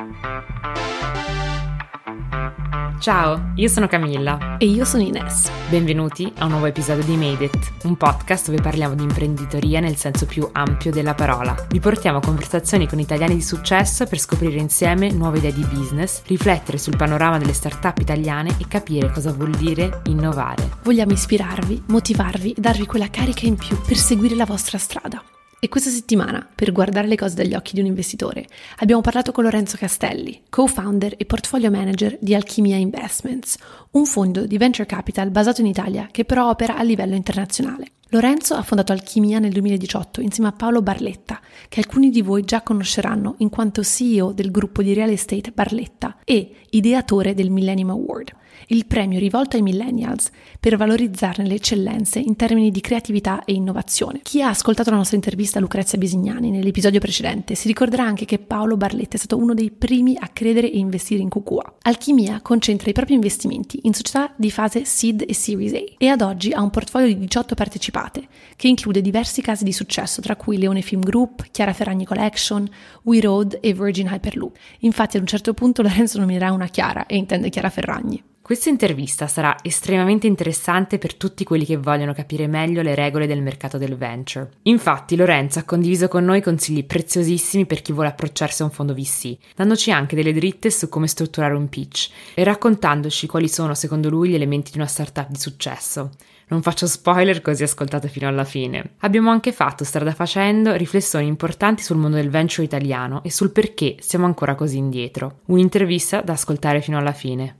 Ciao, io sono Camilla. E io sono Ines. Benvenuti a un nuovo episodio di Made It, un podcast dove parliamo di imprenditoria nel senso più ampio della parola. Vi portiamo conversazioni con italiani di successo per scoprire insieme nuove idee di business, riflettere sul panorama delle start-up italiane e capire cosa vuol dire innovare. Vogliamo ispirarvi, motivarvi e darvi quella carica in più per seguire la vostra strada. E questa settimana, per guardare le cose dagli occhi di un investitore, abbiamo parlato con Lorenzo Castelli, co-founder e portfolio manager di Alchimia Investments, un fondo di venture capital basato in Italia che però opera a livello internazionale. Lorenzo ha fondato Alchimia nel 2018 insieme a Paolo Barletta, che alcuni di voi già conosceranno in quanto CEO del gruppo di real estate Barletta e ideatore del Millennium Award, il premio rivolto ai millennials per valorizzarne le eccellenze in termini di creatività e innovazione. Chi ha ascoltato la nostra intervista a Lucrezia Bisignani nell'episodio precedente si ricorderà anche che Paolo Barletta è stato uno dei primi a credere e investire in QQA. Alchimia concentra i propri investimenti in società di fase Seed e Series A e ad oggi ha un portfolio di 18 partecipate che include diversi casi di successo tra cui Leone Film Group, Chiara Ferragni Collection, We Road e Virgin Hyperloop. Infatti ad un certo punto Lorenzo nominerà una Chiara e intende Chiara Ferragni. Questa intervista sarà estremamente interessante per tutti quelli che vogliono capire meglio le regole del mercato del venture. Infatti Lorenzo ha condiviso con noi consigli preziosissimi per chi vuole approcciarsi a un fondo VC, dandoci anche delle dritte su come strutturare un pitch e raccontandoci quali sono secondo lui gli elementi di una startup di successo. Non faccio spoiler, così ascoltate fino alla fine. Abbiamo anche fatto, strada facendo, riflessioni importanti sul mondo del venture italiano e sul perché siamo ancora così indietro. Un'intervista da ascoltare fino alla fine.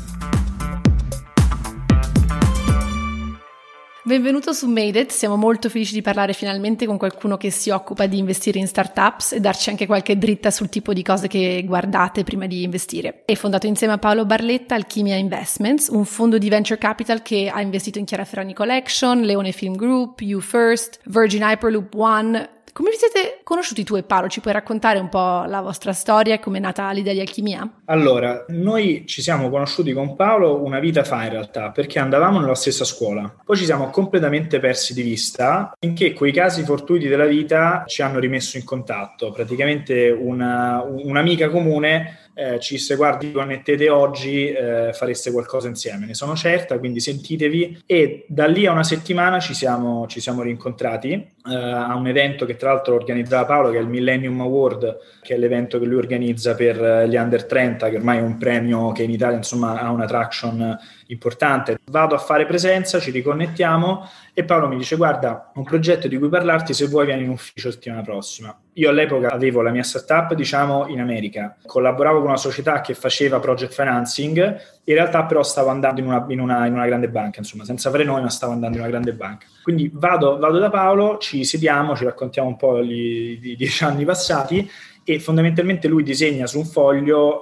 Benvenuto su Made It, siamo molto felici di parlare finalmente con qualcuno che si occupa di investire in startups e darci anche qualche dritta sul tipo di cose che guardate prima di investire. È fondato insieme a Paolo Barletta Alchimia Investments, un fondo di venture capital che ha investito in Chiara Ferragni Collection, Leone Film Group, You First, Virgin Hyperloop One. Come vi siete conosciuti tu e Paolo? Ci puoi raccontare un po' la vostra storia e come è nata l'idea di Alchimia? Allora, noi ci siamo conosciuti con Paolo una vita fa in realtà, perché andavamo nella stessa scuola. Poi ci siamo completamente persi di vista, finché quei casi fortuiti della vita ci hanno rimesso in contatto. Praticamente un'amica comune ci disse: guardi, connettete oggi, fareste qualcosa insieme, ne sono certa, quindi sentitevi. E da lì a una settimana ci siamo rincontrati a un evento che tra l'altro organizzava Paolo, che è il Millennium Award, che è l'evento che lui organizza per gli under 30, che ormai è un premio che in Italia insomma ha una traction importante. Vado a fare presenza, ci riconnettiamo e Paolo mi dice: guarda, ho un progetto di cui parlarti, se vuoi vieni in ufficio settimana prossima. Io all'epoca avevo la mia startup, diciamo, in America, collaboravo con una società che faceva project financing, in realtà però stavo andando in una grande banca, insomma, senza fare noi, ma stavo andando in una grande banca. Quindi vado da Paolo, ci sediamo, ci raccontiamo un po' i 10 anni passati e fondamentalmente lui disegna su un foglio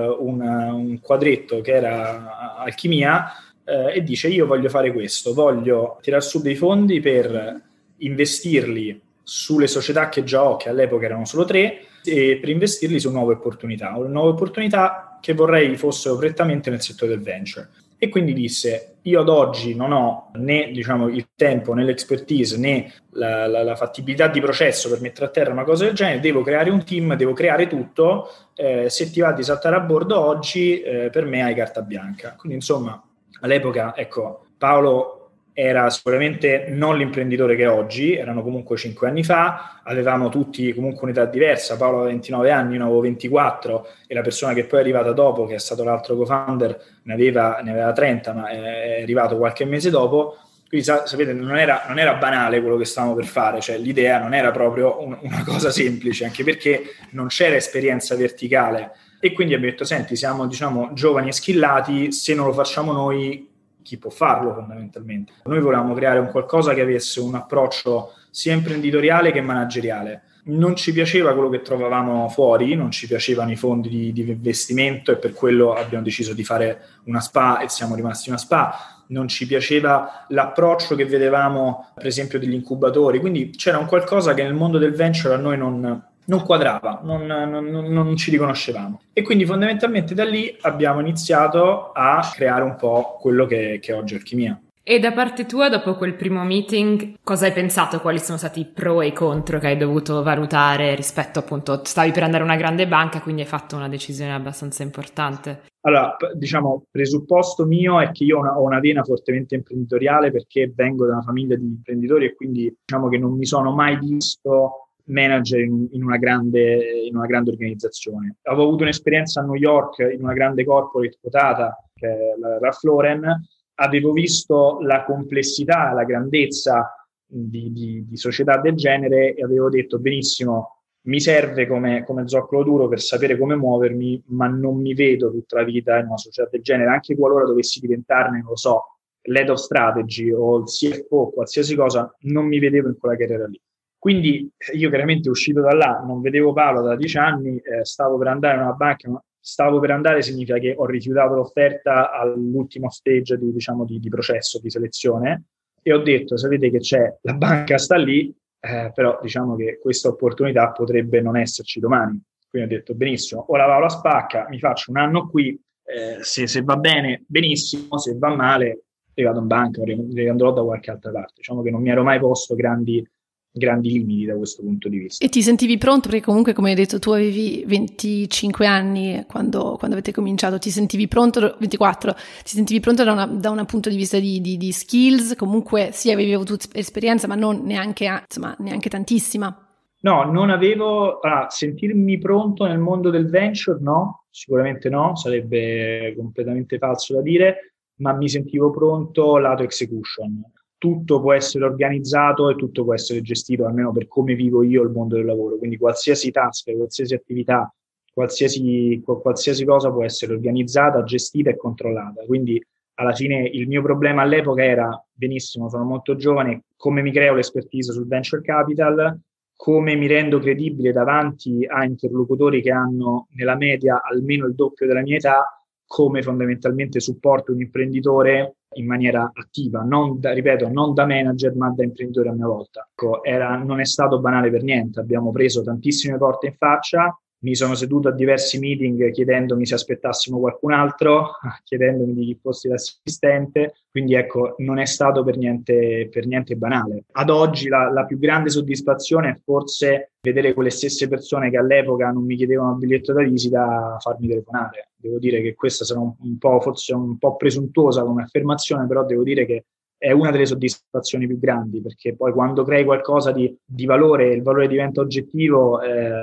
un quadretto che era Alchimia e dice: io voglio fare questo, voglio tirar su dei fondi per investirli sulle società che già ho, che all'epoca erano solo 3, e per investirli su nuove opportunità che vorrei fossero prettamente nel settore del venture. E quindi disse: io ad oggi non ho né diciamo il tempo né l'expertise né la fattibilità di processo per mettere a terra una cosa del genere, devo creare un team, devo creare tutto, se ti va di saltare a bordo oggi per me hai carta bianca. Quindi insomma all'epoca, ecco, Paolo era sicuramente non l'imprenditore che è oggi, erano comunque 5 anni fa, avevamo tutti comunque un'età diversa, Paolo aveva 29 anni, io ne avevo 24 e la persona che poi è arrivata dopo, che è stato l'altro co-founder, ne aveva 30, ma è arrivato qualche mese dopo. Quindi sapete, non era banale quello che stavamo per fare, cioè l'idea non era proprio una cosa semplice, anche perché non c'era esperienza verticale e quindi abbiamo detto: senti, siamo diciamo giovani e skillati, se non lo facciamo noi chi può farlo fondamentalmente. Noi volevamo creare un qualcosa che avesse un approccio sia imprenditoriale che manageriale. Non ci piaceva quello che trovavamo fuori, non ci piacevano i fondi di investimento e per quello abbiamo deciso di fare una SPA e siamo rimasti una SPA. Non ci piaceva l'approccio che vedevamo per esempio degli incubatori, quindi c'era un qualcosa che nel mondo del venture a noi non quadrava, non ci riconoscevamo. E quindi fondamentalmente da lì abbiamo iniziato a creare un po' quello che è oggi Alchimia. E da parte tua, dopo quel primo meeting, cosa hai pensato? Quali sono stati i pro e i contro che hai dovuto valutare rispetto, appunto, stavi per andare a una grande banca, quindi hai fatto una decisione abbastanza importante? Allora, diciamo, presupposto mio è che io ho una vena fortemente imprenditoriale perché vengo da una famiglia di imprenditori e quindi diciamo che non mi sono mai visto manager in una grande organizzazione. Avevo avuto un'esperienza a New York in una grande corporate quotata, che è la Ralph Lauren. Avevo visto la complessità, la grandezza di società del genere e avevo detto benissimo, mi serve come zoccolo duro per sapere come muovermi, ma non mi vedo tutta la vita in una società del genere, anche qualora dovessi diventarne, non lo so, l'head of strategy o il CFO o qualsiasi cosa, non mi vedevo in quella carriera lì. Quindi io chiaramente uscito da là, non vedevo Paolo da 10 anni, stavo per andare in una banca, ma stavo per andare significa che ho rifiutato l'offerta all'ultimo stage di processo, di selezione, e ho detto, sapete che c'è, la banca sta lì, però diciamo che questa opportunità potrebbe non esserci domani. Quindi ho detto, benissimo, ora vado a Spacca, mi faccio un anno qui, se va bene, benissimo, se va male, vado in banca, andrò da qualche altra parte. Diciamo che non mi ero mai posto grandi limiti da questo punto di vista. E ti sentivi pronto? Perché comunque, come hai detto, tu avevi 25 anni quando avete cominciato, ti sentivi pronto, 24, ti sentivi pronto da un punto di vista di skills, comunque sì, avevi avuto esperienza, ma non neanche tantissima. No, non avevo, sentirmi pronto nel mondo del venture, no, sicuramente no, sarebbe completamente falso da dire, ma mi sentivo pronto lato execution. Tutto può essere organizzato e tutto può essere gestito, almeno per come vivo io il mondo del lavoro. Quindi qualsiasi task, qualsiasi attività, qualsiasi cosa può essere organizzata, gestita e controllata. Quindi alla fine il mio problema all'epoca era, benissimo, sono molto giovane, come mi creo l'espertise sul venture capital, come mi rendo credibile davanti a interlocutori che hanno nella media almeno il doppio della mia età, come fondamentalmente supporto un imprenditore in maniera attiva, non da manager, ma da imprenditore a mia volta. Ecco, non è stato banale per niente, abbiamo preso tantissime porte in faccia, mi sono seduto a diversi meeting chiedendomi se aspettassimo qualcun altro, chiedendomi di chi fossi l'assistente, quindi ecco, non è stato per niente banale. Ad oggi la più grande soddisfazione è forse vedere quelle stesse persone che all'epoca non mi chiedevano il biglietto da visita farmi telefonare. Devo dire che questa sarà forse un po' presuntuosa come affermazione, però devo dire che è una delle soddisfazioni più grandi, perché poi quando crei qualcosa di valore, il valore diventa oggettivo,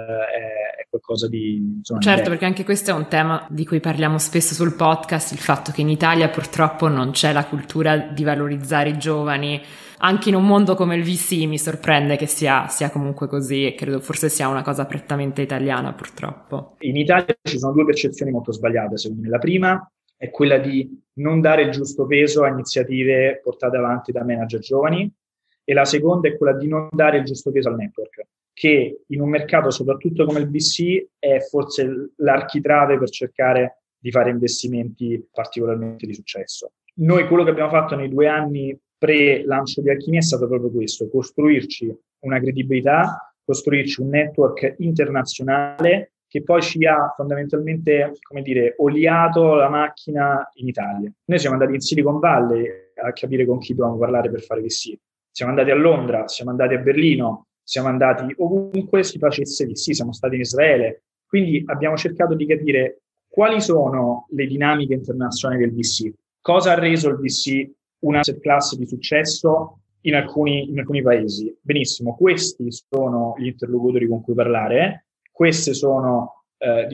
è qualcosa di... Insomma, certo, perché anche questo è un tema di cui parliamo spesso sul podcast, il fatto che in Italia purtroppo non c'è la cultura di valorizzare i giovani. Anche in un mondo come il VC mi sorprende che sia comunque così, e credo forse sia una cosa prettamente italiana, purtroppo. In Italia ci sono due percezioni molto sbagliate, secondo me. La prima è quella di non dare il giusto peso a iniziative portate avanti da manager giovani, e la seconda è quella di non dare il giusto peso al network, che in un mercato soprattutto come il VC è forse l'architrave per cercare di fare investimenti particolarmente di successo. Noi quello che abbiamo fatto nei 2 anni pre-lancio di Alchimia è stato proprio questo, costruirci una credibilità, costruirci un network internazionale che poi ci ha fondamentalmente, come dire, oliato la macchina in Italia. Noi siamo andati in Silicon Valley a capire con chi dovevamo parlare per fare VC. Siamo andati a Londra, siamo andati a Berlino, siamo andati ovunque si facesse VC, siamo stati in Israele. Quindi abbiamo cercato di capire quali sono le dinamiche internazionali del VC, cosa ha reso il VC una asset class di successo in alcuni paesi. Benissimo, questi sono gli interlocutori con cui parlare, queste sono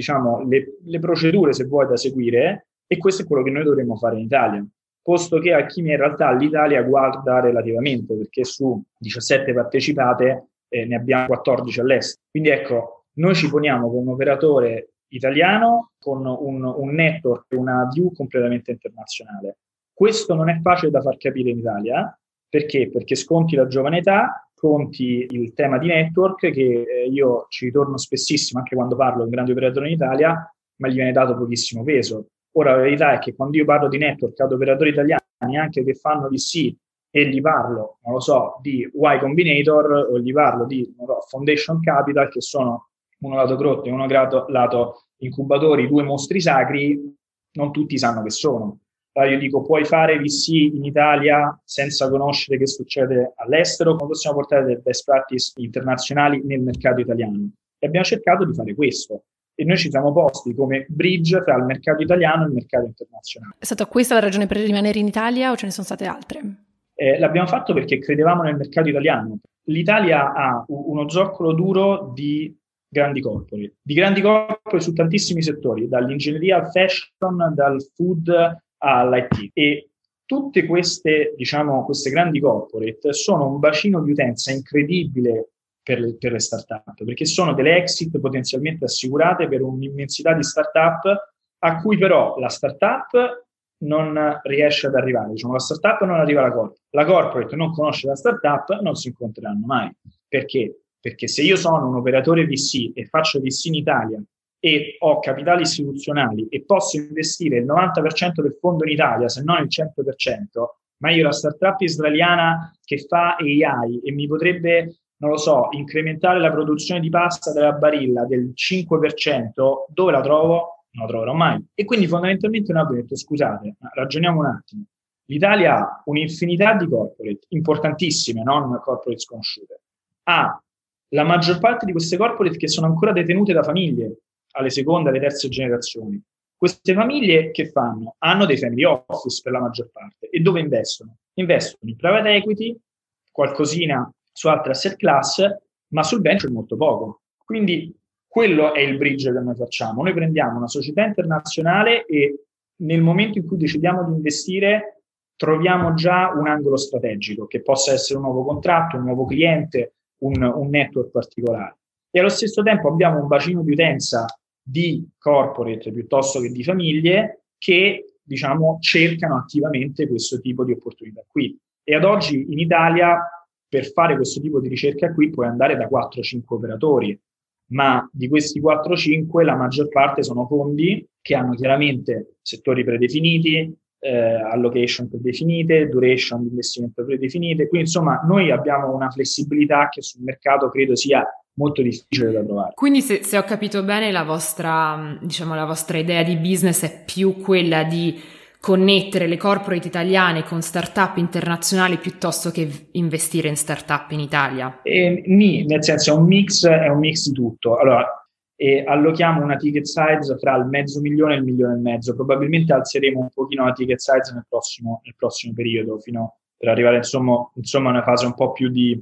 le procedure, se vuoi, da seguire, e questo è quello che noi dovremmo fare in Italia. Posto che Alchimia in realtà l'Italia guarda relativamente, perché su 17 partecipate ne abbiamo 14 all'estero. Quindi ecco, noi ci poniamo con un operatore italiano, con un network, una view completamente internazionale. Questo non è facile da far capire in Italia, perché? Perché sconti la giovane età, conti il tema di network, che io ci ritorno spessissimo anche quando parlo con grandi operatori in Italia, ma gli viene dato pochissimo peso. Ora la verità è che quando io parlo di network ad operatori italiani, anche che fanno VC, e gli parlo, non lo so, di Y Combinator o gli parlo di Foundation Capital, che sono uno lato growth e uno lato incubatori, 2 mostri sacri, non tutti sanno che sono. Allora io dico, puoi fare VC in Italia senza conoscere che succede all'estero, come possiamo portare delle best practice internazionali nel mercato italiano? E abbiamo cercato di fare questo. E noi ci siamo posti come bridge tra il mercato italiano e il mercato internazionale. È stata questa la ragione per rimanere in Italia o ce ne sono state altre? L'abbiamo fatto perché credevamo nel mercato italiano. L'Italia ha uno zoccolo duro di grandi corporate su tantissimi settori, dall'ingegneria al fashion, dal food all'IT. E tutte queste, queste grandi corporate sono un bacino di utenza incredibile per le start-up, perché sono delle exit potenzialmente assicurate per un'immensità di start-up a cui però la start-up non riesce ad arrivare. La start-up non arriva alla corporate. La corporate non conosce la start-up, non si incontreranno mai. Perché? Perché se io sono un operatore VC e faccio VC in Italia e ho capitali istituzionali e posso investire il 90% del fondo in Italia, se non il 100%, ma io la startup israeliana che fa AI e mi potrebbe, non lo so, incrementare la produzione di pasta della Barilla del 5%, dove la trovo? Non la troverò mai. E quindi fondamentalmente noi abbiamo detto, scusate, ragioniamo un attimo. L'Italia ha un'infinità di corporate, importantissime, non corporate sconosciute. Ha la maggior parte di queste corporate che sono ancora detenute da famiglie, alle seconde e alle terze generazioni. Queste famiglie che fanno? Hanno dei family office per la maggior parte. E dove investono? Investono in private equity, qualcosina su altre asset class, ma sul venture molto poco. Quindi quello è il bridge che noi facciamo. Noi prendiamo una società internazionale e nel momento in cui decidiamo di investire troviamo già un angolo strategico, che possa essere un nuovo contratto, un nuovo cliente, un network particolare. E allo stesso tempo abbiamo un bacino di utenza di corporate piuttosto che di famiglie che, cercano attivamente questo tipo di opportunità qui. E ad oggi in Italia per fare questo tipo di ricerca qui puoi andare da 4-5 operatori, ma di questi 4-5 la maggior parte sono fondi che hanno chiaramente settori predefiniti, allocation predefinite, duration di investimento predefinite. Quindi insomma noi abbiamo una flessibilità che sul mercato credo sia molto difficile da trovare. Quindi se ho capito bene la vostra idea di business è più quella di connettere le corporate italiane con startup internazionali piuttosto che investire in startup in Italia? Nel senso è un mix di tutto. Allora, allochiamo una ticket size fra il $500,000 e il $1,5 milioni. Probabilmente alzeremo un pochino la ticket size nel prossimo periodo, fino per arrivare insomma a una fase un po' più di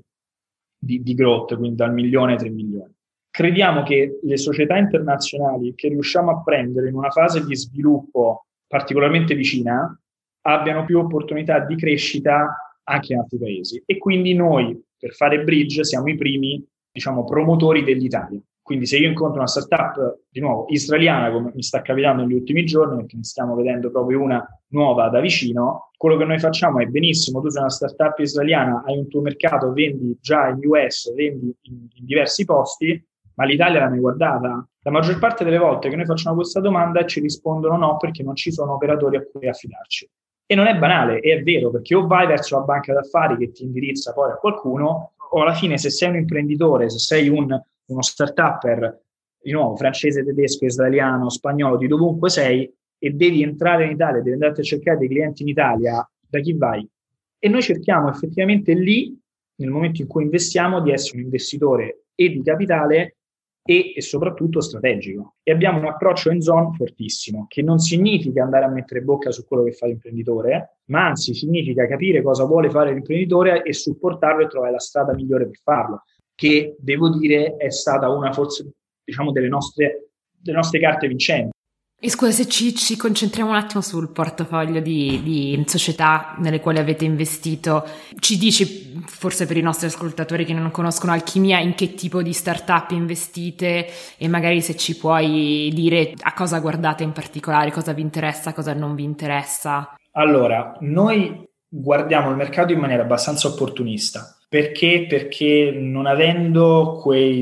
growth, quindi dal $1 milione ai $3 milioni. Crediamo che le società internazionali che riusciamo a prendere in una fase di sviluppo particolarmente vicina abbiano più opportunità di crescita anche in altri paesi. E quindi noi, per fare bridge, siamo i primi, promotori dell'Italia. Quindi se io incontro una startup, di nuovo, israeliana, come mi sta capitando negli ultimi giorni, perché ne stiamo vedendo proprio una nuova da vicino, quello che noi facciamo è benissimo, tu sei una startup israeliana, hai un tuo mercato, vendi già in US, vendi in diversi posti, ma l'Italia l'hai mai guardata? La maggior parte delle volte che noi facciamo questa domanda ci rispondono no, perché non ci sono operatori a cui affidarci. E non è banale, è vero, perché o vai verso la banca d'affari che ti indirizza poi a qualcuno, o alla fine se sei un imprenditore, se sei uno startupper, di nuovo, francese, tedesco, israeliano, spagnolo, di dovunque sei, e devi entrare in Italia, devi andare a cercare dei clienti in Italia, da chi vai? E noi cerchiamo effettivamente lì, nel momento in cui investiamo, di essere un investitore e di capitale e soprattutto strategico. E abbiamo un approccio hands-on fortissimo, che non significa andare a mettere bocca su quello che fa l'imprenditore, ma anzi significa capire cosa vuole fare l'imprenditore e supportarlo e trovare la strada migliore per farlo, che devo dire è stata una forse, delle nostre carte vincenti. E scusa, se ci concentriamo un attimo sul portafoglio di società nelle quali avete investito, ci dici, forse per i nostri ascoltatori che non conoscono Alchimia, in che tipo di startup investite e magari se ci puoi dire a cosa guardate in particolare, cosa vi interessa, cosa non vi interessa? Allora, noi guardiamo il mercato in maniera abbastanza opportunista. Perché? Perché non avendo quei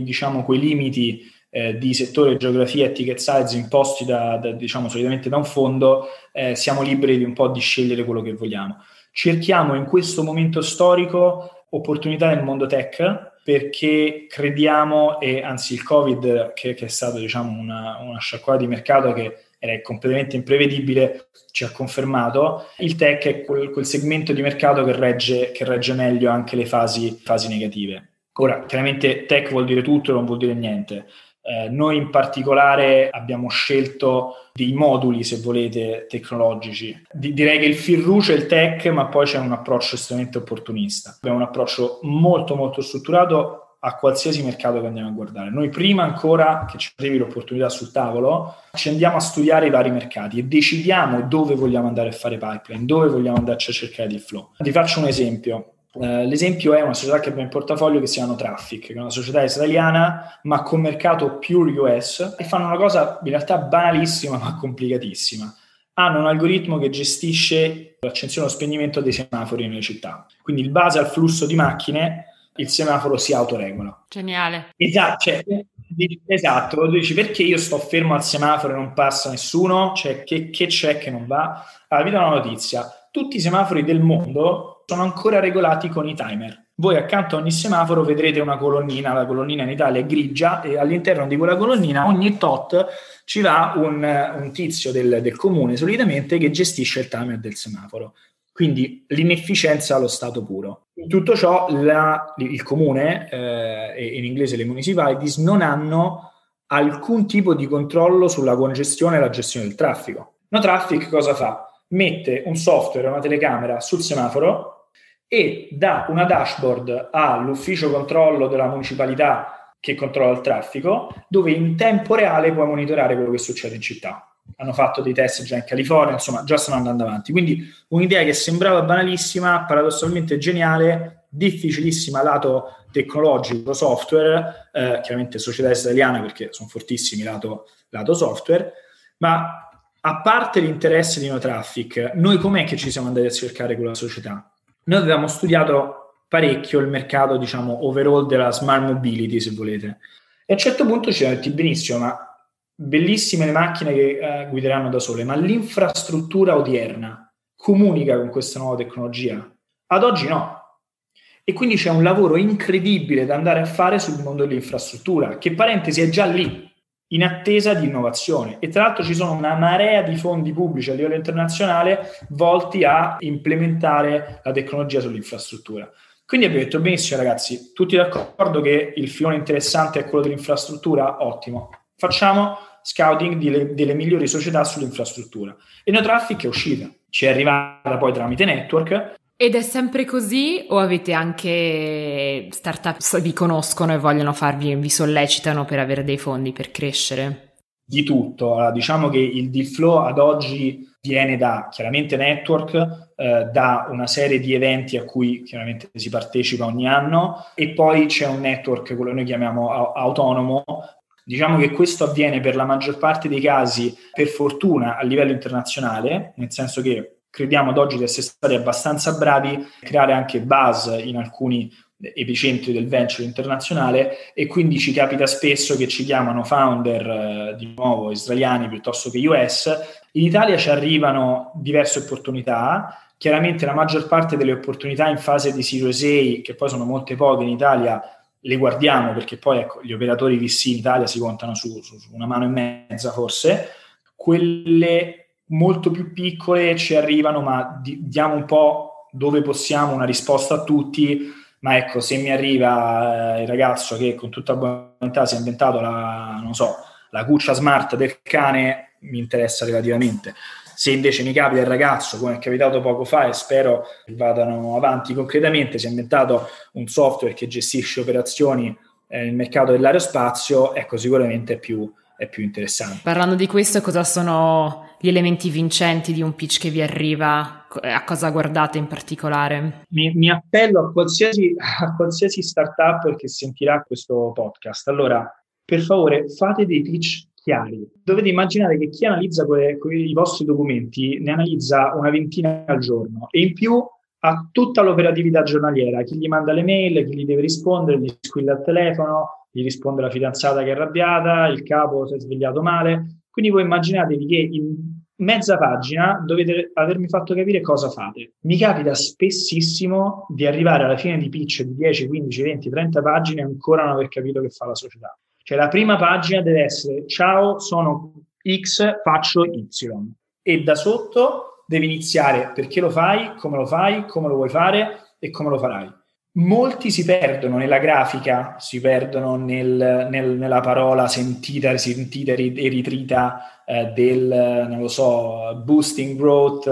limiti di settore, geografia e ticket size imposti solitamente da un fondo, siamo liberi di un po' di scegliere quello che vogliamo. Cerchiamo in questo momento storico opportunità nel mondo tech, perché crediamo, e anzi il Covid, che è stato diciamo una sciacquata di mercato che era completamente imprevedibile, ci ha confermato, il tech è quel segmento di mercato che regge meglio anche le fasi negative. Ora, chiaramente tech vuol dire tutto e non vuol dire niente. Noi in particolare abbiamo scelto dei moduli, se volete, tecnologici. Direi che il fil rouge è il tech, ma poi c'è un approccio estremamente opportunista. Abbiamo un approccio molto molto strutturato a qualsiasi mercato che andiamo a guardare. Noi prima ancora che ci arrivi l'opportunità sul tavolo, ci andiamo a studiare i vari mercati e decidiamo dove vogliamo andare a fare pipeline, dove vogliamo andarci a cercare il flow. Vi faccio un esempio. L'esempio è una società che abbiamo in portafoglio che si chiama Traffic, che è una società israeliana ma con mercato pure US, e fanno una cosa in realtà banalissima ma complicatissima. Hanno un algoritmo che gestisce l'accensione e lo spegnimento dei semafori nelle città. Quindi in base al flusso di macchine il semaforo si autoregola. Geniale. Esatto, dici perché io sto fermo al semaforo e non passa nessuno? Cioè che c'è che non va? Allora vi do una notizia: tutti i semafori del mondo sono ancora regolati con i timer. Voi accanto a ogni semaforo vedrete una colonnina, la colonnina in Italia è grigia, e all'interno di quella colonnina ogni tot ci va un tizio del comune solitamente che gestisce il timer del semaforo. Quindi l'inefficienza allo stato puro. In tutto ciò il comune, e in inglese le municipalities, non hanno alcun tipo di controllo sulla congestione e la gestione del traffico. No Traffic cosa fa? Mette un software, una telecamera sul semaforo e dà una dashboard all'ufficio controllo della municipalità che controlla il traffico, dove in tempo reale puoi monitorare quello che succede in città. Hanno fatto dei test già in California, insomma già stanno andando avanti. Quindi un'idea che sembrava banalissima, paradossalmente geniale, difficilissima lato tecnologico, software, chiaramente società israeliana perché sono fortissimi lato software, ma a parte l'interesse di No Traffic, noi com'è che ci siamo andati a cercare quella società? Noi avevamo studiato parecchio il mercato, diciamo, overall della smart mobility, se volete. E a un certo punto ci siamo detti, benissimo, ma bellissime le macchine che guideranno da sole, ma l'infrastruttura odierna comunica con questa nuova tecnologia? Ad oggi no. E quindi c'è un lavoro incredibile da andare a fare sul mondo dell'infrastruttura, che parentesi è già lì, in attesa di innovazione, e tra l'altro ci sono una marea di fondi pubblici a livello internazionale volti a implementare la tecnologia sull'infrastruttura. Quindi abbiamo detto benissimo ragazzi, tutti d'accordo che il filone interessante è quello dell'infrastruttura? Ottimo, facciamo scouting delle migliori società sull'infrastruttura, e No Traffic è uscita, ci è arrivata poi tramite network. Ed è sempre così o avete anche startup che vi conoscono e vogliono vi sollecitano per avere dei fondi per crescere? Di tutto. Allora, diciamo che il deal flow ad oggi viene da chiaramente network, da una serie di eventi a cui chiaramente si partecipa ogni anno, e poi c'è un network, quello che noi chiamiamo autonomo. Diciamo che questo avviene per la maggior parte dei casi, per fortuna, a livello internazionale, nel senso che crediamo ad oggi di essere stati abbastanza bravi a creare anche buzz in alcuni epicentri del venture internazionale, e quindi ci capita spesso che ci chiamano founder di nuovo israeliani piuttosto che US. In Italia ci arrivano diverse opportunità, chiaramente la maggior parte delle opportunità in fase di Series A, che poi sono molte poche in Italia, le guardiamo perché poi ecco, gli operatori VC in Italia si contano su una mano e mezza forse. Quelle molto più piccole ci arrivano, ma diamo un po' dove possiamo una risposta a tutti. Ma ecco, se mi arriva il ragazzo che con tutta bontà si è inventato la cuccia smart del cane, mi interessa relativamente. Se invece mi capita il ragazzo, come è capitato poco fa e spero che vadano avanti concretamente, si è inventato un software che gestisce operazioni nel mercato dell'aerospazio, ecco, sicuramente è più interessante. Parlando di questo, cosa sono gli elementi vincenti di un pitch che vi arriva? A cosa guardate in particolare? Mi appello a qualsiasi startup che sentirà questo podcast. Allora, per favore, fate dei pitch chiari. Dovete immaginare che chi analizza i vostri documenti ne analizza una ventina al giorno, e in più ha tutta l'operatività giornaliera, chi gli manda le mail, chi gli deve rispondere, gli squilla il telefono, gli risponde la fidanzata che è arrabbiata, il capo si è svegliato male. Quindi voi immaginatevi che mezza pagina dovete avermi fatto capire cosa fate. Mi capita spessissimo di arrivare alla fine di pitch di 10, 15, 20, 30 pagine e ancora non aver capito che fa la società. Cioè la prima pagina deve essere: ciao, sono X, faccio Y. E da sotto devi iniziare perché lo fai, come lo vuoi fare e come lo farai. Molti si perdono nella grafica, si perdono nella parola sentita e ritrita del, non lo so, boosting growth,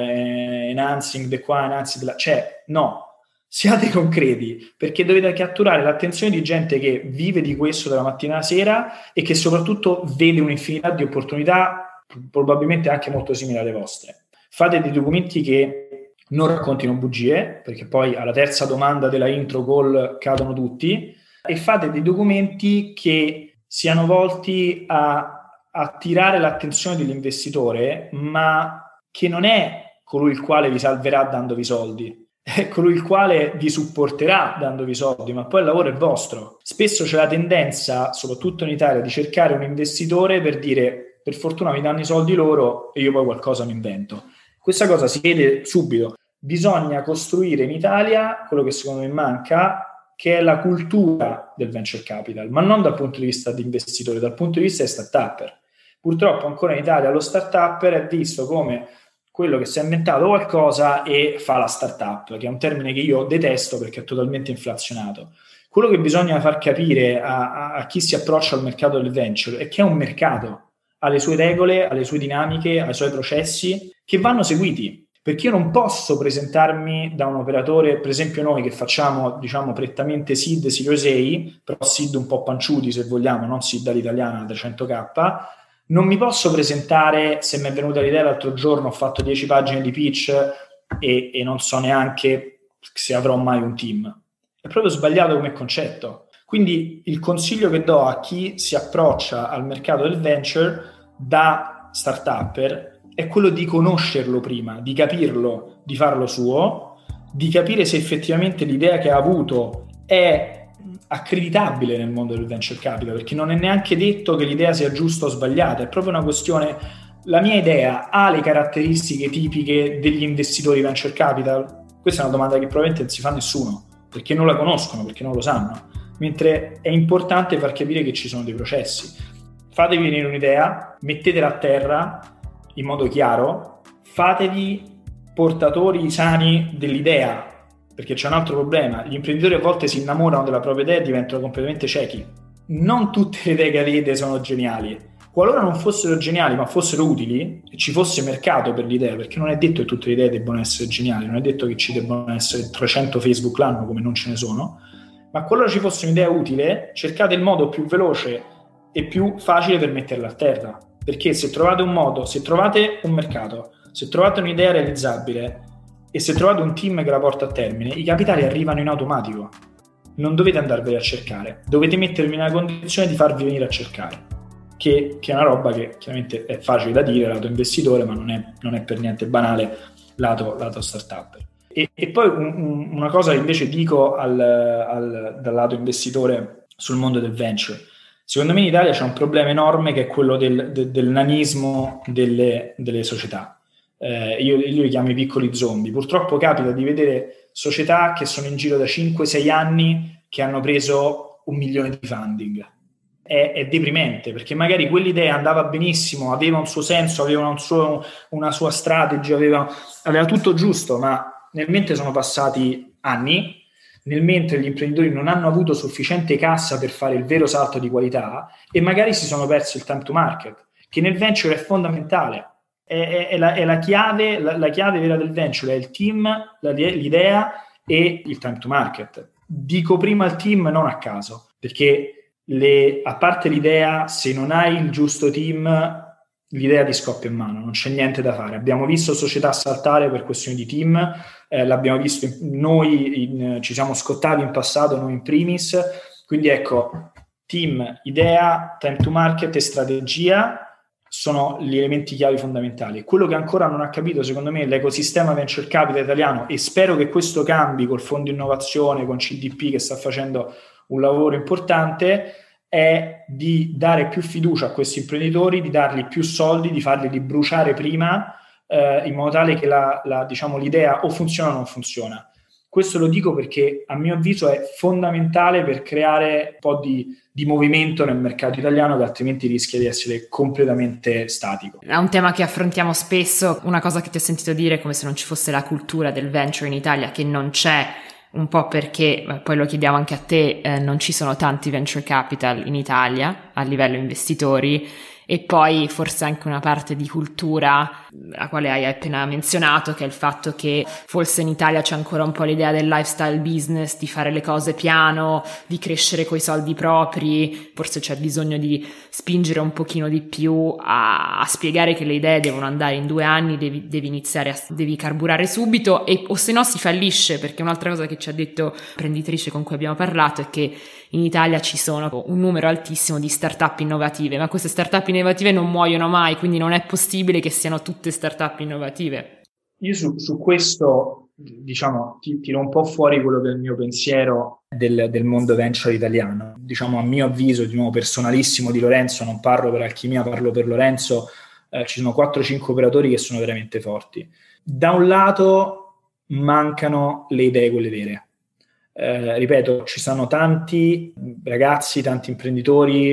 enhancing the qua, enhancing the là. Cioè, no, siate concreti, perché dovete catturare l'attenzione di gente che vive di questo dalla mattina alla sera e che soprattutto vede un'infinità di opportunità, probabilmente anche molto simili alle vostre. Fate dei documenti che non raccontino bugie, perché poi alla terza domanda della intro call cadono tutti, e fate dei documenti che siano volti a attirare l'attenzione dell'investitore, ma che non è colui il quale vi salverà dandovi soldi, è colui il quale vi supporterà dandovi soldi, ma poi il lavoro è vostro. Spesso c'è la tendenza, soprattutto in Italia, di cercare un investitore per dire: per fortuna mi danno i soldi loro e io poi qualcosa mi invento. Questa cosa si vede subito. Bisogna costruire in Italia quello che secondo me manca, che è la cultura del venture capital, ma non dal punto di vista di investitore, dal punto di vista di start-upper. Purtroppo ancora in Italia lo start-upper è visto come quello che si è inventato qualcosa e fa la start-up, che è un termine che io detesto perché è totalmente inflazionato. Quello che bisogna far capire a chi si approccia al mercato del venture è che è un mercato, ha le sue regole, ha le sue dinamiche, ha i suoi processi che vanno seguiti. Perché io non posso presentarmi da un operatore, per esempio noi che facciamo, diciamo, prettamente seed, Series A, però seed un po' panciuti se vogliamo, non seed all'italiana 300k, non mi posso presentare, se mi è venuta l'idea l'altro giorno, ho fatto 10 pagine di pitch e non so neanche se avrò mai un team. È proprio sbagliato come concetto. Quindi il consiglio che do a chi si approccia al mercato del venture da start-upper è quello di conoscerlo prima, di capirlo, di farlo suo, di capire se effettivamente l'idea che ha avuto è accreditabile nel mondo del venture capital, perché non è neanche detto che l'idea sia giusta o sbagliata, è proprio una questione: la mia idea ha le caratteristiche tipiche degli investitori venture capital? Questa è una domanda che probabilmente non si fa nessuno, perché non la conoscono, perché non lo sanno, mentre è importante far capire che ci sono dei processi. Fatevi venire un'idea, mettetela a terra in modo chiaro, fatevi portatori sani dell'idea, perché c'è un altro problema: gli imprenditori a volte si innamorano della propria idea e diventano completamente ciechi. Non tutte le idee che avete sono geniali. Qualora non fossero geniali ma fossero utili e ci fosse mercato per l'idea, perché non è detto che tutte le idee debbano essere geniali, non è detto che ci debbano essere 300 Facebook l'anno, come non ce ne sono, ma qualora ci fosse un'idea utile, cercate il modo più veloce e più facile per metterla a terra. Perché se trovate un modo, se trovate un mercato, se trovate un'idea realizzabile e se trovate un team che la porta a termine, i capitali arrivano in automatico. Non dovete andarveli a cercare, dovete mettervi nella condizione di farvi venire a cercare, che è una roba che chiaramente è facile da dire lato investitore, ma non è per niente banale lato startup. E poi una cosa che invece dico dal lato investitore sul mondo del venture. Secondo me in Italia c'è un problema enorme che è quello del nanismo delle società. Io li chiamo i piccoli zombie. Purtroppo capita di vedere società che sono in giro da 5-6 anni che hanno preso 1 milione di funding. È deprimente, perché magari quell'idea andava benissimo, aveva un suo senso, aveva una sua strategy, aveva tutto giusto, ma nel mentre sono passati anni, nel mentre gli imprenditori non hanno avuto sufficiente cassa per fare il vero salto di qualità e magari si sono persi il time to market, che nel venture è fondamentale. È la chiave vera del venture, è il team, l'idea e il time to market. Dico prima il team non a caso, perché a parte l'idea, se non hai il giusto team, l'idea ti scoppia in mano, non c'è niente da fare. Abbiamo visto società saltare per questioni di team, l'abbiamo visto noi, ci siamo scottati in passato, noi in primis. Quindi ecco, team, idea, time to market e strategia sono gli elementi chiavi fondamentali. Quello che ancora non ha capito, secondo me, l'ecosistema venture capital italiano, e spero che questo cambi col fondo innovazione, con CDP che sta facendo un lavoro importante, è di dare più fiducia a questi imprenditori, di dargli più soldi, di farli bruciare prima, in modo tale che diciamo, l'idea o funziona o non funziona. Questo lo dico perché a mio avviso è fondamentale per creare un po' di movimento nel mercato italiano, che altrimenti rischia di essere completamente statico. È un tema che affrontiamo spesso. Una cosa che ti ho sentito dire è come se non ci fosse la cultura del venture in Italia, che non c'è, un po' perché, poi lo chiediamo anche a te, non ci sono tanti venture capital in Italia a livello investitori, e poi forse anche una parte di cultura, la quale hai appena menzionato, che è il fatto che forse in Italia c'è ancora un po' l'idea del lifestyle business, di fare le cose piano, di crescere coi soldi propri. Forse c'è bisogno di spingere un pochino di più a spiegare che le idee devono andare in 2 anni, devi carburare subito, o se no si fallisce, perché un'altra cosa che ci ha detto l'imprenditrice con cui abbiamo parlato è che in Italia ci sono un numero altissimo di startup innovative, ma queste startup innovative non muoiono mai, quindi non è possibile che siano tutte startup innovative. Io su questo, diciamo, tiro un po' fuori quello che è il mio pensiero del mondo venture italiano. Diciamo, a mio avviso, di nuovo personalissimo di Lorenzo, non parlo per Alchimia, parlo per Lorenzo, ci sono 4-5 operatori che sono veramente forti. Da un lato mancano le idee, quelle vere. Ripeto, ci sono tanti ragazzi, tanti imprenditori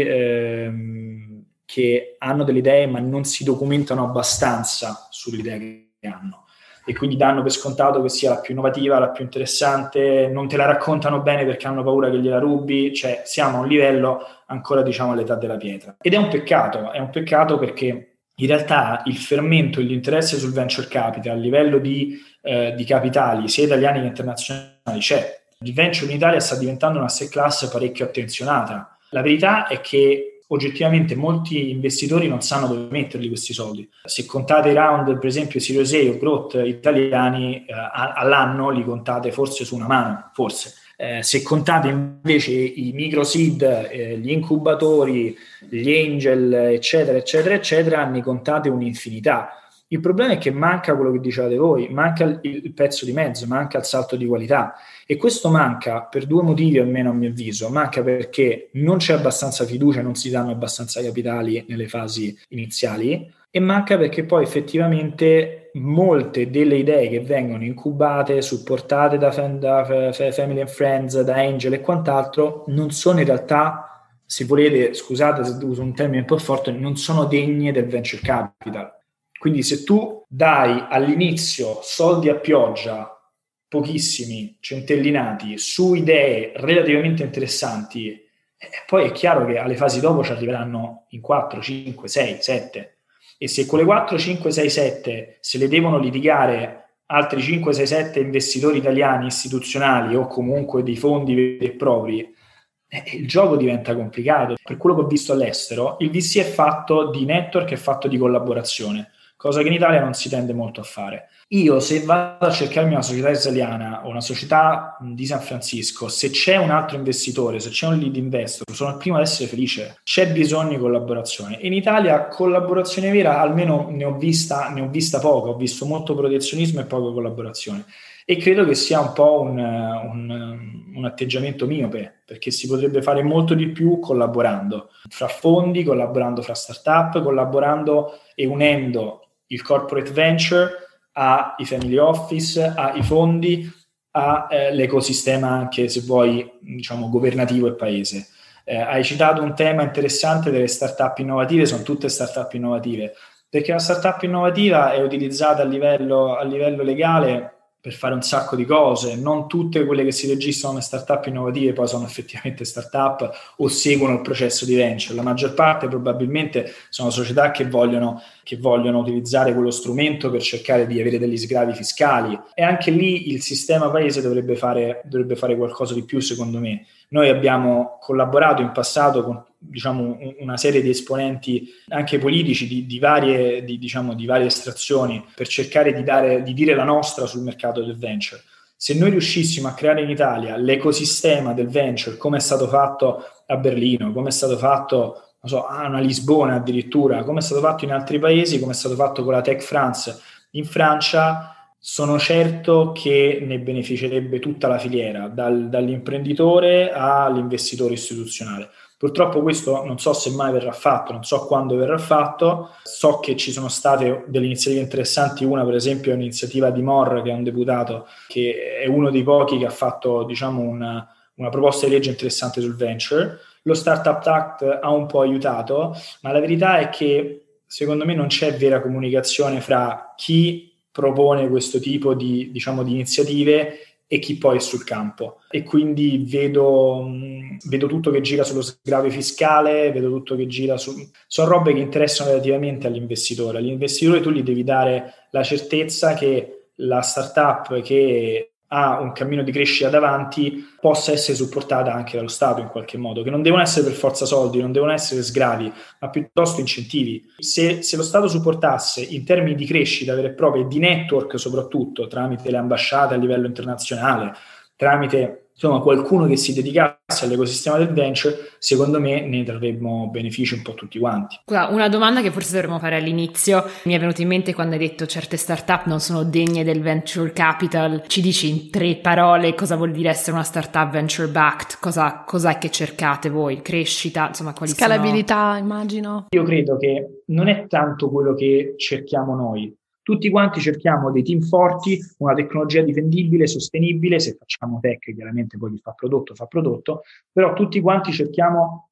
che hanno delle idee ma non si documentano abbastanza sull'idea che hanno, e quindi danno per scontato che sia la più innovativa, la più interessante, non te la raccontano bene perché hanno paura che gliela rubi. Cioè siamo a un livello ancora, diciamo, all'età della pietra, ed è un peccato perché in realtà il fermento e l'interesse sul venture capital a livello di capitali sia italiani che internazionali c'è. Il venture in Italia sta diventando una asset class parecchio attenzionata. La verità è che oggettivamente molti investitori non sanno dove metterli questi soldi. Se contate i round, per esempio Series A o Growth italiani, all'anno li contate forse su una mano, forse. Se contate invece i micro seed, gli incubatori, gli angel, eccetera, eccetera, eccetera, ne contate un'infinità. Il problema è che manca quello che dicevate voi, manca il pezzo di mezzo, manca il salto di qualità, e questo manca per 2 motivi, almeno a mio avviso. Manca perché non c'è abbastanza fiducia, non si danno abbastanza capitali nelle fasi iniziali, e manca perché poi effettivamente molte delle idee che vengono incubate, supportate da family and friends, da angel e quant'altro, non sono in realtà, se volete, scusate se uso un termine un po' forte, non sono degne del venture capital. Quindi se tu dai all'inizio soldi a pioggia, pochissimi, centellinati, su idee relativamente interessanti, poi è chiaro che alle fasi dopo ci arriveranno in 4, 5, 6, 7. E se quelle 4, 5, 6, 7 se le devono litigare altri 5, 6, 7 investitori italiani istituzionali o comunque dei fondi veri e propri, il gioco diventa complicato. Per quello che ho visto all'estero, il VC è fatto di network, è fatto di collaborazione, cosa che in Italia non si tende molto a fare. Io, se vado a cercarmi una società israeliana o una società di San Francisco, se c'è un altro investitore, se c'è un lead investor, sono il primo ad essere felice. C'è bisogno di collaborazione. In Italia collaborazione vera, almeno ne ho vista poco, ho visto molto protezionismo e poca collaborazione. E credo che sia un po' un atteggiamento miope, perché si potrebbe fare molto di più collaborando fra fondi, collaborando fra startup, collaborando e unendo il corporate venture ai family office, ai fondi, all'ecosistema anche, se vuoi, diciamo, governativo e paese. Hai citato un tema interessante delle startup innovative. Sono tutte startup innovative, perché una startup innovativa è utilizzata a livello legale per fare un sacco di cose. Non tutte quelle che si registrano come startup innovative poi sono effettivamente startup o seguono il processo di venture. La maggior parte probabilmente sono società che vogliono utilizzare quello strumento per cercare di avere degli sgravi fiscali, e anche lì il sistema paese dovrebbe fare qualcosa di più, secondo me. Noi abbiamo collaborato in passato con, diciamo, una serie di esponenti anche politici di varie estrazioni per cercare di dire la nostra sul mercato del venture. Se noi riuscissimo a creare in Italia l'ecosistema del venture, come è stato fatto a Berlino, come è stato fatto, non so, a Lisbona addirittura, come è stato fatto in altri paesi, come è stato fatto con la Tech France in Francia, sono certo che ne beneficerebbe tutta la filiera, dall'imprenditore all'investitore istituzionale. Purtroppo questo non so se mai verrà fatto, non so quando verrà fatto. So che ci sono state delle iniziative interessanti, una per esempio è un'iniziativa di Mor, che è un deputato, che è uno dei pochi che ha fatto, diciamo, una proposta di legge interessante sul venture. Lo Startup Act ha un po' aiutato, ma la verità è che secondo me non c'è vera comunicazione fra chi propone questo tipo di, diciamo, di iniziative e chi poi è sul campo. E quindi vedo tutto che gira sullo sgravio fiscale, vedo tutto che gira sono robe che interessano relativamente all'investitore. All'investitore tu gli devi dare la certezza che la startup che ha un cammino di crescita davanti possa essere supportata anche dallo Stato in qualche modo, che non devono essere per forza soldi, non devono essere sgravi, ma piuttosto incentivi. Se lo Stato supportasse in termini di crescita vera e propria e di network soprattutto, tramite le ambasciate a livello internazionale, tramite insomma qualcuno che si dedicasse all'ecosistema del venture, secondo me ne trarremmo benefici un po' tutti quanti. Una domanda che forse dovremmo fare all'inizio mi è venuta in mente quando hai detto certe startup non sono degne del venture capital. Ci dici in 3 parole cosa vuol dire essere una startup venture backed? Cos'è che cercate voi? Crescita? Insomma, quali scalabilità, immagino. Io credo che non è tanto quello che cerchiamo noi. Tutti quanti cerchiamo dei team forti, una tecnologia difendibile, sostenibile. Se facciamo tech, chiaramente poi chi fa prodotto, però tutti quanti cerchiamo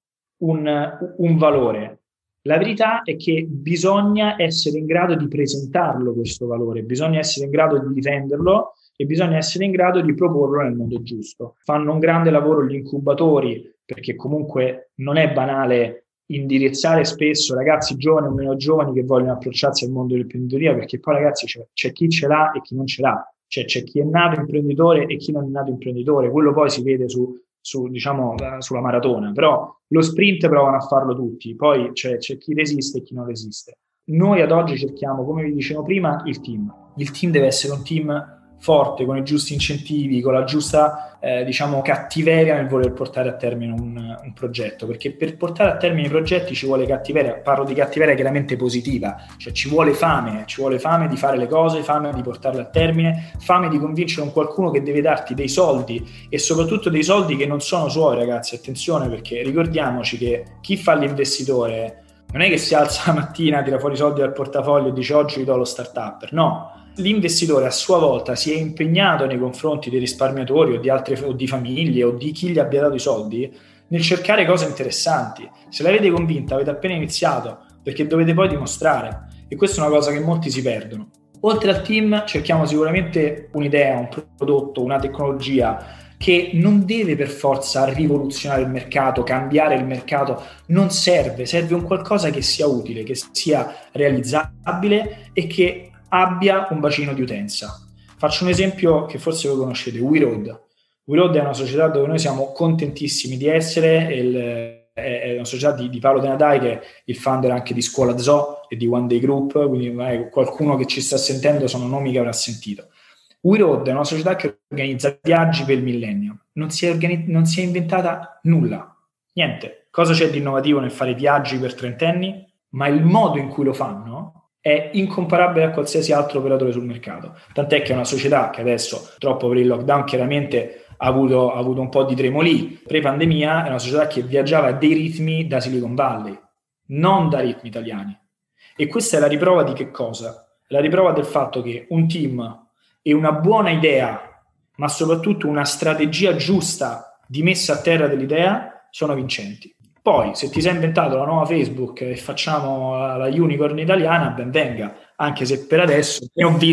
un valore. La verità è che bisogna essere in grado di presentarlo questo valore, bisogna essere in grado di difenderlo e bisogna essere in grado di proporlo nel modo giusto. Fanno un grande lavoro gli incubatori, perché comunque non è banale indirizzare spesso ragazzi giovani o meno giovani che vogliono approcciarsi al mondo dell'imprenditoria, perché poi ragazzi c'è chi ce l'ha e chi non ce l'ha, cioè c'è chi è nato imprenditore e chi non è nato imprenditore. Quello poi si vede diciamo sulla maratona, però lo sprint provano a farlo tutti, poi c'è chi resiste e chi non resiste. Noi ad oggi cerchiamo, come vi dicevo prima, il team deve essere un team forte, con i giusti incentivi, con la giusta diciamo cattiveria nel voler portare a termine un progetto, perché per portare a termine i progetti ci vuole cattiveria. Parlo di cattiveria chiaramente positiva, cioè ci vuole fame di fare le cose, fame di portarle a termine, fame di convincere un qualcuno che deve darti dei soldi, e soprattutto dei soldi che non sono suoi, ragazzi, attenzione, perché ricordiamoci che chi fa l'investitore non è che si alza la mattina, tira fuori i soldi dal portafoglio e dice oggi vi do lo startup, no. L'investitore a sua volta si è impegnato nei confronti dei risparmiatori o di famiglie o di chi gli abbia dato i soldi nel cercare cose interessanti. Se l'avete convinta, avete appena iniziato, perché dovete poi dimostrare, e questa è una cosa che molti si perdono. Oltre al team cerchiamo sicuramente un'idea, un prodotto, una tecnologia che non deve per forza rivoluzionare il mercato, cambiare il mercato, non serve un qualcosa che sia utile, che sia realizzabile e che abbia un bacino di utenza. Faccio un esempio che forse voi conoscete, WeRoad. WeRoad è una società dove noi siamo contentissimi di essere, è una società di Paolo De Nadai, che è il founder anche di Scuola Zoo e di One Day Group, quindi qualcuno che ci sta sentendo sono nomi che avrà sentito. WeRoad è una società che organizza viaggi per il millennio, non si è inventata nulla, niente. Cosa c'è di innovativo nel fare viaggi per trentenni? Ma il modo in cui lo fanno è incomparabile a qualsiasi altro operatore sul mercato, tant'è che è una società che adesso, purtroppo per il lockdown, chiaramente ha avuto un po' di tremolì. Pre-pandemia è una società che viaggiava a dei ritmi da Silicon Valley, non da ritmi italiani, e questa è la riprova di che cosa? La riprova del fatto che un team e una buona idea, ma soprattutto una strategia giusta di messa a terra dell'idea, sono vincenti. Poi, se ti sei inventato la nuova Facebook e facciamo la unicorn italiana, ben venga, anche se per adesso ne ho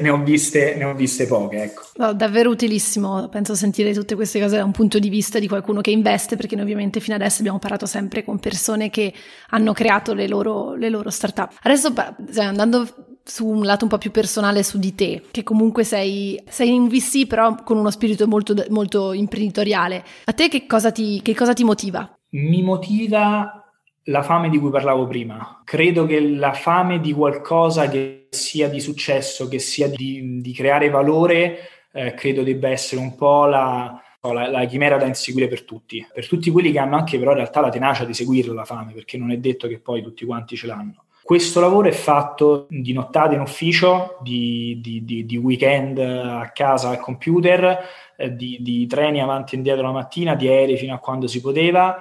viste poche, ecco. No, davvero utilissimo, penso sentire tutte queste cose da un punto di vista di qualcuno che investe, perché noi ovviamente fino adesso abbiamo parlato sempre con persone che hanno creato le loro startup. Adesso andando su un lato un po' più personale su di te, che comunque sei in VC però con uno spirito molto, molto imprenditoriale, a te che cosa ti motiva? Mi motiva la fame di cui parlavo prima. Credo che la fame di qualcosa che sia di successo, che sia di creare valore, credo debba essere un po' la chimera da inseguire per tutti quelli che hanno anche però in realtà la tenacia di seguirla la fame, perché non è detto che poi tutti quanti ce l'hanno. Questo lavoro è fatto di nottate in ufficio, di weekend a casa al computer, di treni avanti e indietro la mattina, di aerei fino a quando si poteva.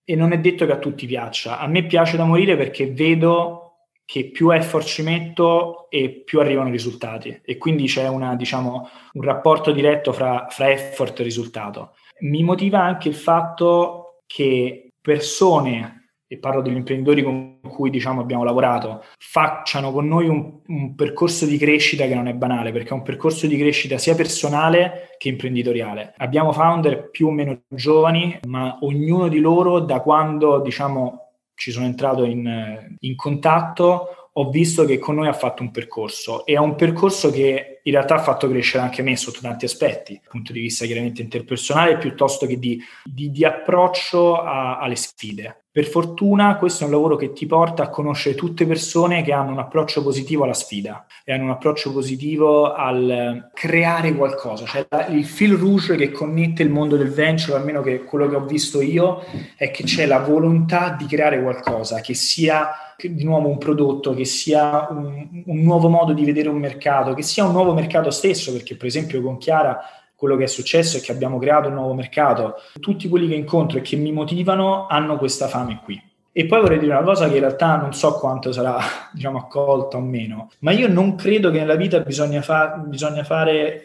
e non è detto che a tutti piaccia. A me piace da morire perché vedo che più effort ci metto e più arrivano i risultati, e quindi c'è un rapporto diretto fra effort e risultato. Mi motiva anche il fatto che persone, e parlo degli imprenditori con cui abbiamo lavorato, facciano con noi un percorso di crescita che non è banale, perché è un percorso di crescita sia personale che imprenditoriale. Abbiamo founder più o meno giovani, ma ognuno di loro, da quando ci sono entrato in contatto, ho visto che con noi ha fatto un percorso, e è un percorso che in realtà ha fatto crescere anche me sotto tanti aspetti, dal punto di vista chiaramente interpersonale, piuttosto che di approccio alle sfide. Per fortuna questo è un lavoro che ti porta a conoscere tutte persone che hanno un approccio positivo alla sfida e hanno un approccio positivo al creare qualcosa. Cioè il fil rouge che connette il mondo del venture, almeno che quello che ho visto io, è che c'è la volontà di creare qualcosa, che sia di nuovo un prodotto, che sia un nuovo modo di vedere un mercato, che sia un nuovo mercato stesso, perché per esempio con Chiara quello che è successo è che abbiamo creato un nuovo mercato. Tutti quelli che incontro e che mi motivano hanno questa fame qui. E poi vorrei dire una cosa che in realtà non so quanto sarà accolta o meno, ma io non credo che nella vita bisogna fare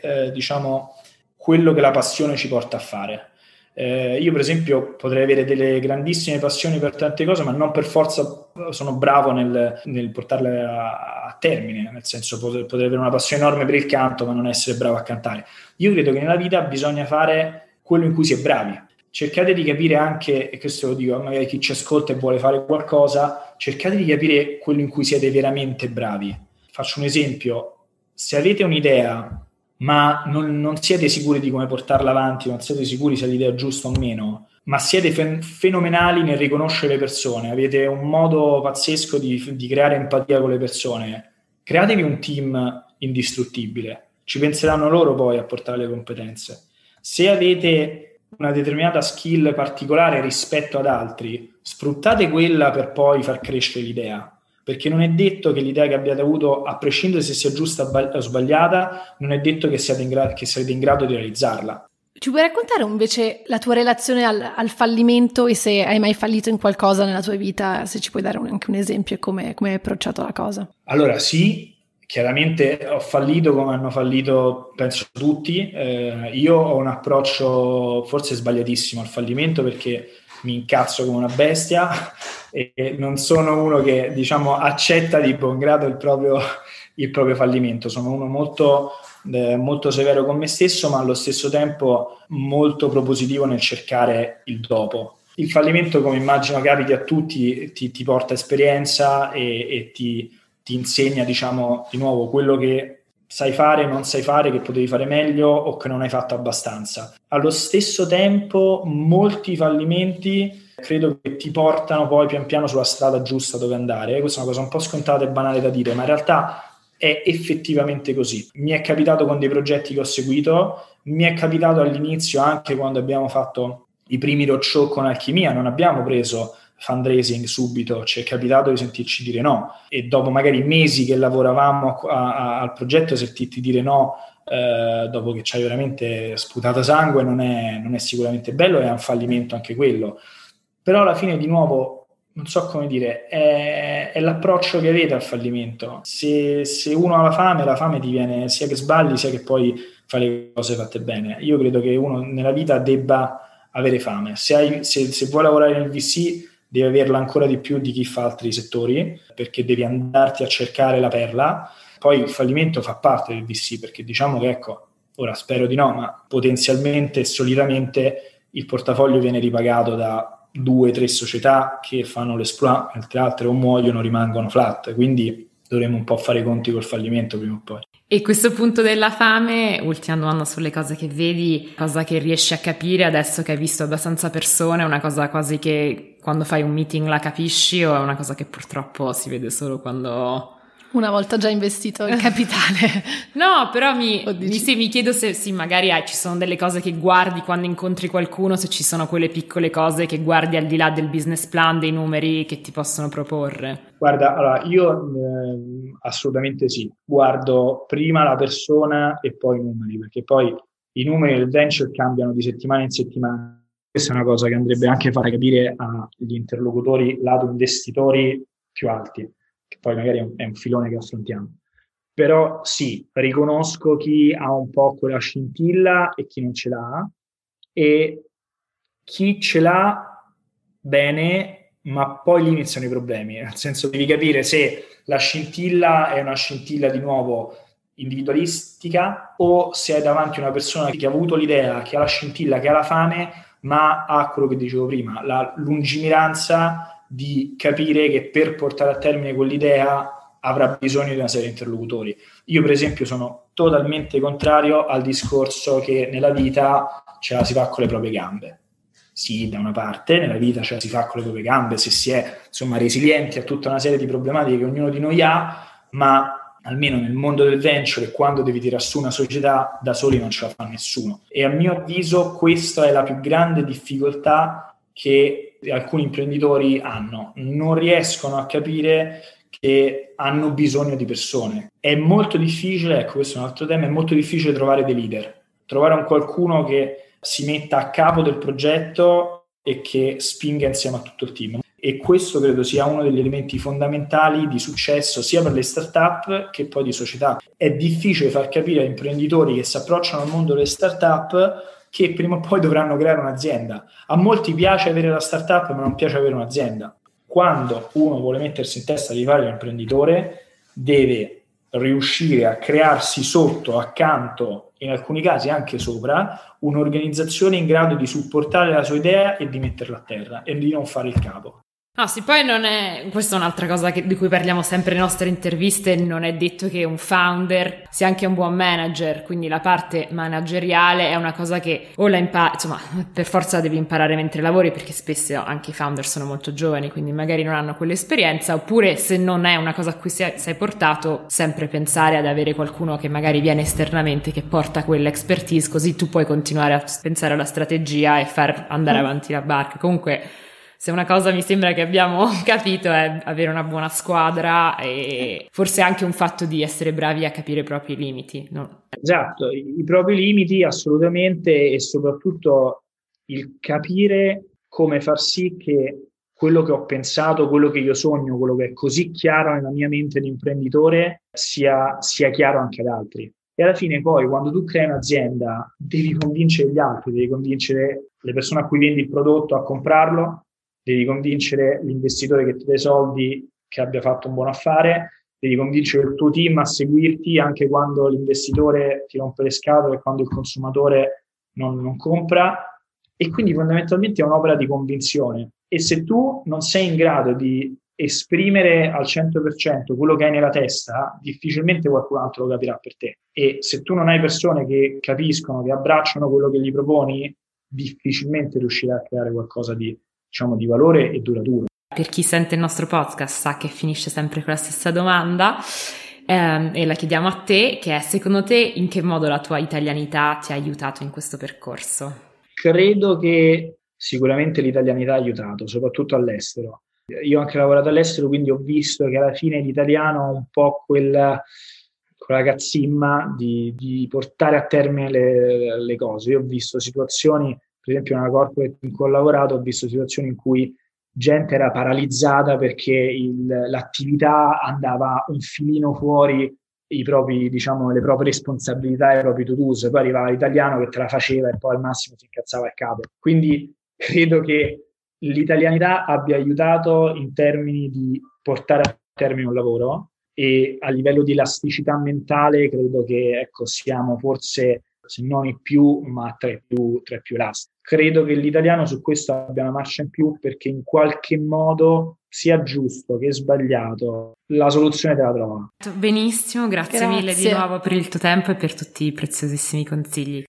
quello che la passione ci porta a fare. Io per esempio potrei avere delle grandissime passioni per tante cose, ma non per forza sono bravo nel portarle a termine, nel senso potrei avere una passione enorme per il canto ma non essere bravo a cantare. Io credo che nella vita bisogna fare quello in cui si è bravi. Cercate di capire anche, e questo lo dico magari chi ci ascolta e vuole fare qualcosa, cercate di capire quello in cui siete veramente bravi. Faccio un esempio: se avete un'idea ma non siete sicuri di come portarla avanti, non siete sicuri se è l'idea giusta o meno, ma siete fenomenali nel riconoscere le persone, avete un modo pazzesco di creare empatia con le persone, createvi un team indistruttibile, ci penseranno loro poi a portare le competenze. Se avete una determinata skill particolare rispetto ad altri, sfruttate quella per poi far crescere l'idea, perché non è detto che l'idea che abbiate avuto, a prescindere se sia giusta o sbagliata, non è detto che sarete in grado di realizzarla. Ci puoi raccontare invece la tua relazione al fallimento, e se hai mai fallito in qualcosa nella tua vita, se ci puoi dare anche un esempio e come hai approcciato la cosa? Allora sì, chiaramente ho fallito come hanno fallito penso tutti. Io ho un approccio forse sbagliatissimo al fallimento, perché mi incazzo come una bestia e non sono uno che accetta di buon grado il proprio fallimento. Sono uno molto severo con me stesso, ma allo stesso tempo molto propositivo nel cercare il dopo. Il fallimento, come immagino capiti a tutti, ti porta esperienza e ti insegna di nuovo quello che sai fare, non sai fare, che potevi fare meglio o che non hai fatto abbastanza. Allo stesso tempo molti fallimenti credo che ti portano poi pian piano sulla strada giusta dove andare. Questa è una cosa un po' scontata e banale da dire, ma in realtà è effettivamente così. Mi è capitato con dei progetti che ho seguito, mi è capitato all'inizio anche quando abbiamo fatto i primi roadshow con Alchimia, non abbiamo preso fundraising subito, ci è capitato di sentirci dire no, e dopo magari mesi che lavoravamo al progetto sentirti dire no dopo che ci hai veramente sputato sangue non è sicuramente bello, è un fallimento anche quello. Però alla fine, di nuovo, non so come dire, è l'approccio che avete al fallimento. Se uno ha la fame ti viene sia che sbagli sia che poi fai le cose fatte bene. Io credo che uno nella vita debba avere fame. Se vuoi lavorare nel VC devi averla ancora di più di chi fa altri settori, perché devi andarti a cercare la perla. Poi il fallimento fa parte del VC, perché che ora spero di no, ma potenzialmente e solitamente il portafoglio viene ripagato da 2-3 società che fanno l'esploit, mentre altre o muoiono o rimangono flat, quindi dovremmo un po' fare i conti col fallimento prima o poi. E questo punto della fame, ultima domanda sulle cose che vedi, cosa che riesci a capire adesso che hai visto abbastanza persone, è una cosa quasi che quando fai un meeting la capisci, o è una cosa che purtroppo si vede solo quando... Una volta già investito il capitale. No, però mi chiedo se sì, magari ci sono delle cose che guardi quando incontri qualcuno, se ci sono quelle piccole cose che guardi al di là del business plan, dei numeri che ti possono proporre. Guarda, allora io assolutamente sì, guardo prima la persona e poi i numeri, perché poi i numeri del venture cambiano di settimana in settimana, Questa è una cosa che andrebbe anche fatta capire agli interlocutori lato investitori più alti, che poi magari è un filone che affrontiamo. Però sì, riconosco chi ha un po' quella scintilla e chi non ce l'ha, e chi ce l'ha bene, ma poi lì iniziano i problemi, nel senso devi capire se la scintilla è una scintilla di nuovo individualistica o se hai davanti una persona che ha avuto l'idea, che ha la scintilla, che ha la fame, ma ha quello che dicevo prima, la lungimiranza di capire che per portare a termine quell'idea avrà bisogno di una serie di interlocutori. Io per esempio sono totalmente contrario al discorso che nella vita ce la si fa con le proprie gambe. Sì, da una parte nella vita ce la si fa con le proprie gambe se si è insomma resilienti a tutta una serie di problematiche che ognuno di noi ha, ma almeno nel mondo del venture, quando devi tirare su una società, da soli non ce la fa nessuno. E a mio avviso questa è la più grande difficoltà che alcuni imprenditori hanno. Non riescono a capire che hanno bisogno di persone. È molto difficile, ecco, questo è un altro tema, è molto difficile trovare dei leader, trovare un qualcuno che si metta a capo del progetto e che spinga insieme a tutto il team. E questo credo sia uno degli elementi fondamentali di successo sia per le startup che poi di società. È difficile far capire agli imprenditori che si approcciano al mondo delle startup che prima o poi dovranno creare un'azienda. A molti piace avere la startup, ma non piace avere un'azienda. Quando uno vuole mettersi in testa di fare l'imprenditore, deve riuscire a crearsi sotto, accanto, in alcuni casi anche sopra, un'organizzazione in grado di supportare la sua idea e di metterla a terra e di non fare il capo. No, sì, poi non è, questa è un'altra cosa di cui parliamo sempre nelle nostre interviste, non è detto che un founder sia anche un buon manager, quindi la parte manageriale è una cosa che o la impari, insomma, per forza devi imparare mentre lavori, perché spesso anche i founder sono molto giovani, quindi magari non hanno quell'esperienza, oppure se non è una cosa a cui sei portato, sempre pensare ad avere qualcuno che magari viene esternamente, che porta quell'expertise, così tu puoi continuare a pensare alla strategia e far andare avanti la barca. Comunque, se una cosa mi sembra che abbiamo capito è avere una buona squadra e forse anche un fatto di essere bravi a capire i propri limiti, no? Esatto, i propri limiti assolutamente, e soprattutto il capire come far sì che quello che ho pensato, quello che io sogno, quello che è così chiaro nella mia mente di imprenditore sia chiaro anche ad altri. E alla fine poi quando tu crei un'azienda devi convincere gli altri, devi convincere le persone a cui vendi il prodotto a comprarlo, devi convincere l'investitore che ti dà i soldi che abbia fatto un buon affare, devi convincere il tuo team a seguirti anche quando l'investitore ti rompe le scatole e quando il consumatore non compra, e quindi fondamentalmente è un'opera di convinzione. E se tu non sei in grado di esprimere al 100% quello che hai nella testa, difficilmente qualcun altro lo capirà per te. E se tu non hai persone che capiscono, che abbracciano quello che gli proponi, difficilmente riuscirai a creare qualcosa di valore e duraturo. Per chi sente il nostro podcast sa che finisce sempre con la stessa domanda e la chiediamo a te, che è: secondo te in che modo la tua italianità ti ha aiutato in questo percorso? Credo che sicuramente l'italianità ha aiutato, soprattutto all'estero. Io ho anche lavorato all'estero, quindi ho visto che alla fine l'italiano ha un po' quella cazzimma di portare a termine le cose. Io ho visto situazioni, per esempio nella corporate in cui ho lavorato, ho visto situazioni in cui gente era paralizzata perché l'attività andava un filino fuori le proprie responsabilità, i propri to-dos. Poi arrivava l'italiano che te la faceva e poi al massimo si incazzava il capo. Quindi credo che l'italianità abbia aiutato in termini di portare a termine un lavoro, e a livello di elasticità mentale credo che siamo forse, se non i più, ma tra i più elastici. Credo che l'italiano su questo abbia una marcia in più, perché in qualche modo, sia giusto che sbagliato, la soluzione te la trova. Benissimo, grazie mille di nuovo per il tuo tempo e per tutti i preziosissimi consigli.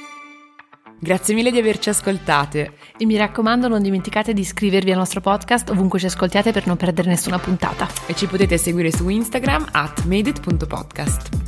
Grazie mille di averci ascoltate. E mi raccomando, non dimenticate di iscrivervi al nostro podcast ovunque ci ascoltiate per non perdere nessuna puntata. E ci potete seguire su Instagram @madeit.podcast.